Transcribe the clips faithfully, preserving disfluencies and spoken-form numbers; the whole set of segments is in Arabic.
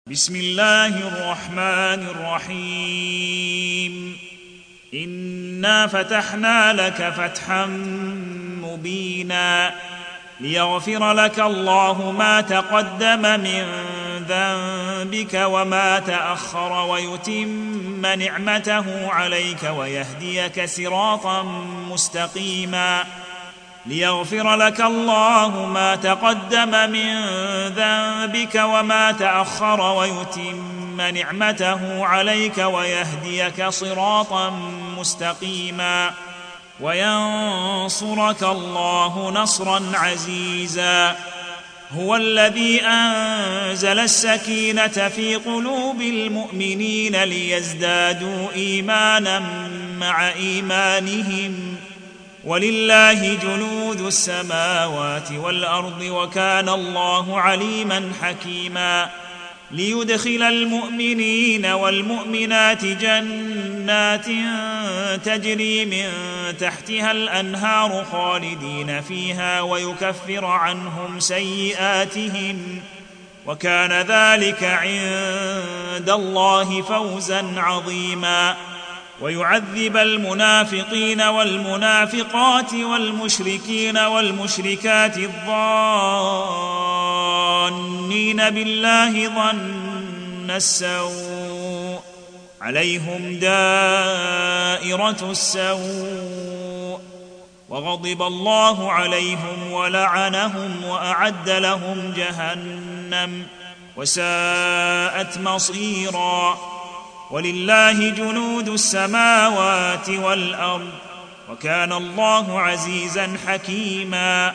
بسم الله الرحمن الرحيم إنا فتحنا لك فتحا مبينا ليغفر لك الله ما تقدم من ذنبك وما تأخر ويتم نعمته عليك ويهديك صراطا مستقيما ليغفر لك الله ما تقدم من ذنبك وما تأخر ويتم نعمته عليك ويهديك صراطا مستقيما وينصرك الله نصرا عزيزا هو الذي أنزل السكينة في قلوب المؤمنين ليزدادوا إيمانا مع إيمانهم ولله جنود السماوات والأرض وكان الله عليما حكيما ليدخل المؤمنين والمؤمنات جنات تجري من تحتها الأنهار خالدين فيها ويكفر عنهم سيئاتهم وكان ذلك عند الله فوزا عظيما ويعذب المنافقين والمنافقات والمشركين والمشركات الظانين بالله ظن السوء عليهم دائرة السوء وغضب الله عليهم ولعنهم وأعد لهم جهنم وساءت مصيرا ولله جنود السماوات والأرض وكان الله عزيزا حكيما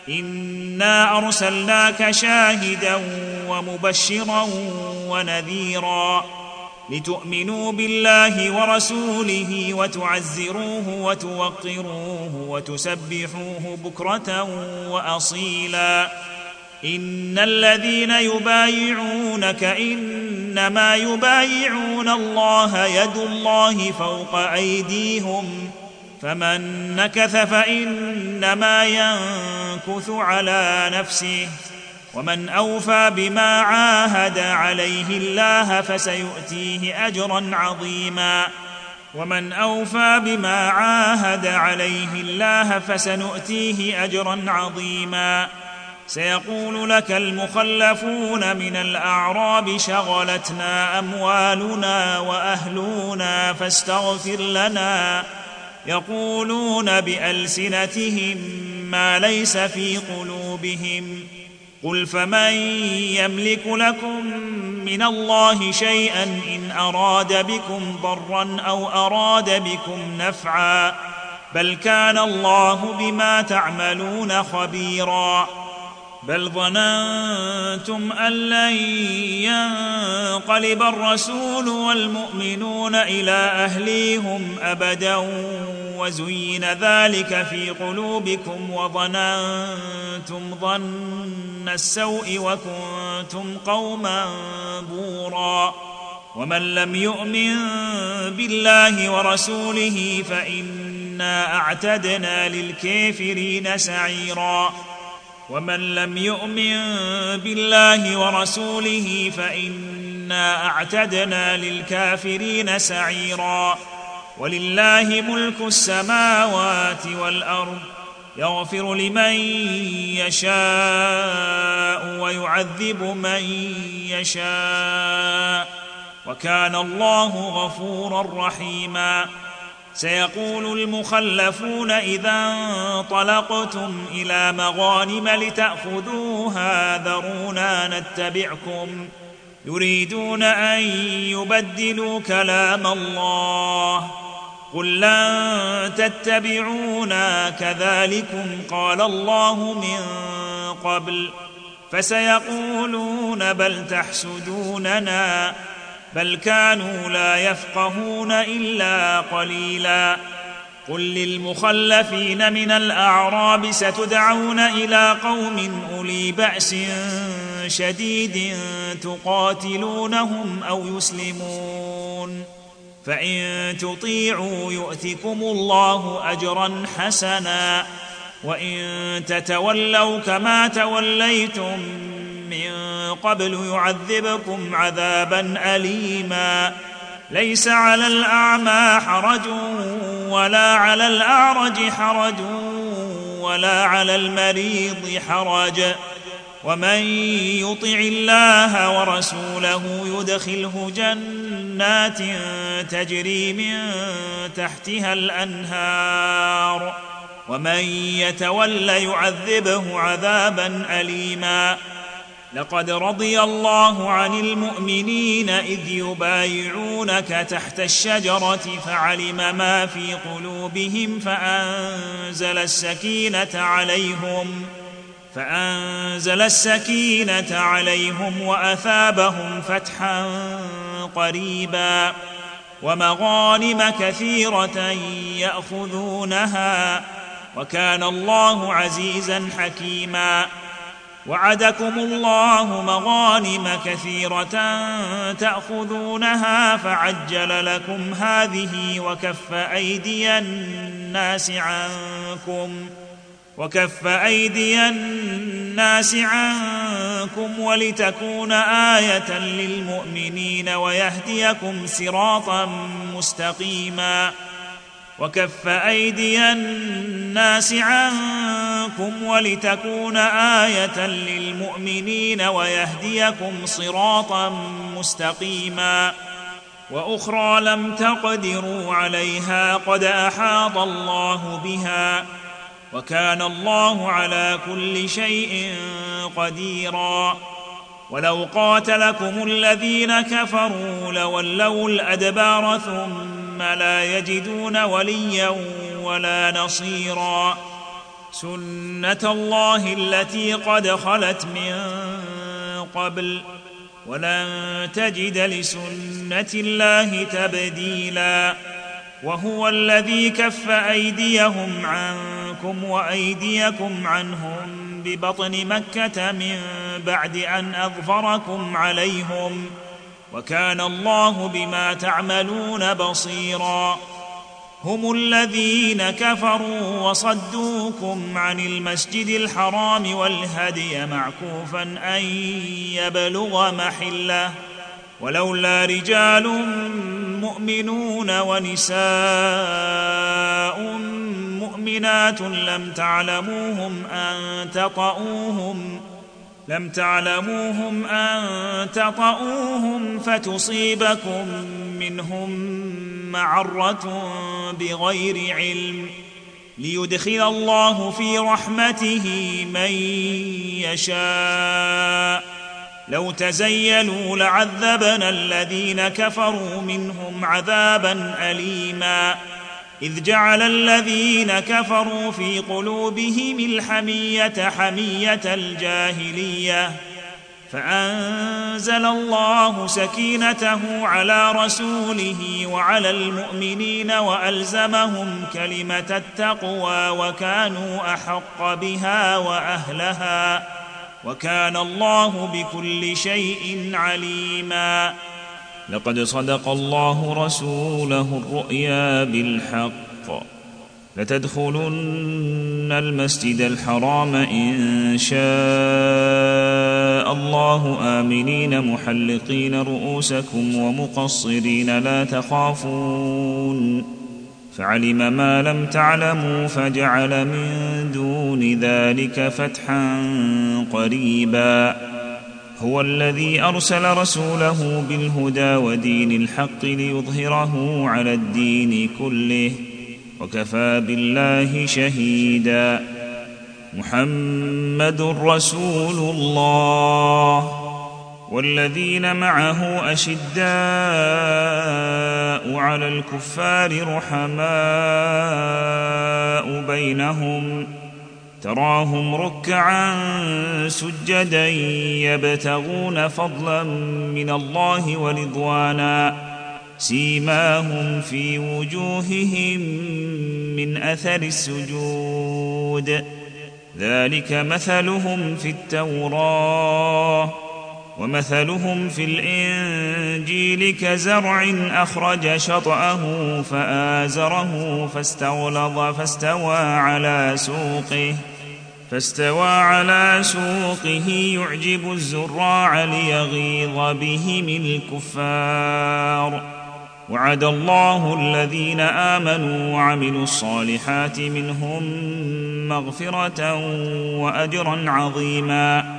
إنا أرسلناك شاهدا ومبشرا ونذيرا لتؤمنوا بالله ورسوله وتعزروه وتوقروه وتسبحوه بكرة وأصيلا إن الذين يبايعونك إنما يبايعون الله يد الله فوق أيديهم فمن نكث فإنما ينكث على نفسه ومن أوفى بما عاهد عليه الله فسيؤتيه أجرا عظيما ومن أوفى بما عاهد عليه الله فسنؤتيه أجرا عظيما سيقول لك المخلفون من الأعراب شغلتنا أموالنا وأهلنا فاستغفر لنا يقولون بألسنتهم ما ليس في قلوبهم قل فمن يملك لكم من الله شيئا إن أراد بكم ضرا أو أراد بكم نفعا بل كان الله بما تعملون خبيرا بل ظننتم أن لن ينقلب الرسول والمؤمنون إلى أهليهم أبدا وزين ذلك في قلوبكم وظننتم ظن السوء وكنتم قوما بورا ومن لم يؤمن بالله ورسوله فإنا أعتدنا للكافرين سعيرا ومن لم يؤمن بالله ورسوله فإنا أعتدنا للكافرين سعيرا ولله ملك السماوات والأرض يغفر لمن يشاء ويعذب من يشاء وكان الله غفورا رحيما سيقول المخلفون إذا انطلقتم إلى مغانم لتأخذوها ذرونا نتبعكم يريدون أن يبدلوا كلام الله قل لن تتبعونا كذلكم قال الله من قبل فسيقولون بل تحسدوننا بل كانوا لا يفقهون إلا قليلا قل للمخلفين من الأعراب ستدعون إلى قوم أولي بأس شديد تقاتلونهم أو يسلمون فإن تطيعوا يؤتكم الله أجرا حسنا وإن تتولوا كما توليتم من قبل يعذبكم عذابا أليما ليس على الأعمى حرج ولا على الأعرج حرج ولا على المريض حرج ومن يطع الله ورسوله يدخله جنات تجري من تحتها الأنهار ومن يتول يعذبه عذابا أليما لقد رضي الله عن المؤمنين إذ يبايعونك تحت الشجرة فعلم ما في قلوبهم فأنزل السكينة عليهم فأنزل السكينة عليهم وأثابهم فتحا قريبا ومغانم كثيرة يأخذونها وكان الله عزيزا حكيما وعدكم الله مغانم كثيرة تأخذونها فعجل لكم هذه وكف أيدي الناس عنكم وكف أيدي الناس عنكم ولتكون آية للمؤمنين ويهديكم صراطا مستقيما وكف أيدي الناس عنكم ولتكون آية للمؤمنين ويهديكم صراطا مستقيما وأخرى لم تقدروا عليها قد أحاط الله بها وكان الله على كل شيء قديرا ولو قاتلكم الذين كفروا لولوا الأدبار ثم لا يجدون وليا ولا نصيرا سنة الله التي قد خلت من قبل ولن تجد لسنة الله تبديلا وهو الذي كف أيديهم عنكم وأيديكم عنهم ببطن مكة من بعد أن أظفركم عليهم وكان الله بما تعملون بصيرا هم الذين كفروا وصدوكم عن المسجد الحرام والهدي معكوفا أن يبلغ محله ولولا رجال مؤمنون ونساء مؤمنات لم تعلموهم أن تطؤوهم لم تعلموهم أن تطؤوهم فتصيبكم منهم معرة بغير علم ليدخل الله في رحمته من يشاء لو تزيلوا لعذبنا الذين كفروا منهم عذابا أليما إذ جعل الذين كفروا في قلوبهم الحمية حمية الجاهلية فأنزل الله سكينته على رسوله وعلى المؤمنين وألزمهم كلمة التقوى وكانوا أحق بها وأهلها وكان الله بكل شيء عليما لقد صدق الله رسوله الرؤيا بالحق لتدخلن المسجد الحرام إن شاء الله آمنين محلقين رؤوسكم ومقصرين لا تخافون فعلم ما لم تعلموا فجعل من دون ذلك فتحا قريبا هو الذي أرسل رسوله بالهدى ودين الحق ليظهره على الدين كله وكفى بالله شهيدا محمد رسول الله والذين معه أشداء على الكفار رحماء بينهم تراهم ركعا سجدا يبتغون فضلا من الله ورضوانا سيماهم في وجوههم من أثر السجود ذلك مثلهم في التوراة ومثلهم في الإنجيل كزرع أخرج شطأه فآزره فاستغلظ فاستوى على سوقه فاستوى على سوقه يعجب الزراع ليغيظ بهم الكفار. وعد الله الذين آمنوا وعملوا الصالحات منهم مغفرة وأجرا عظيما.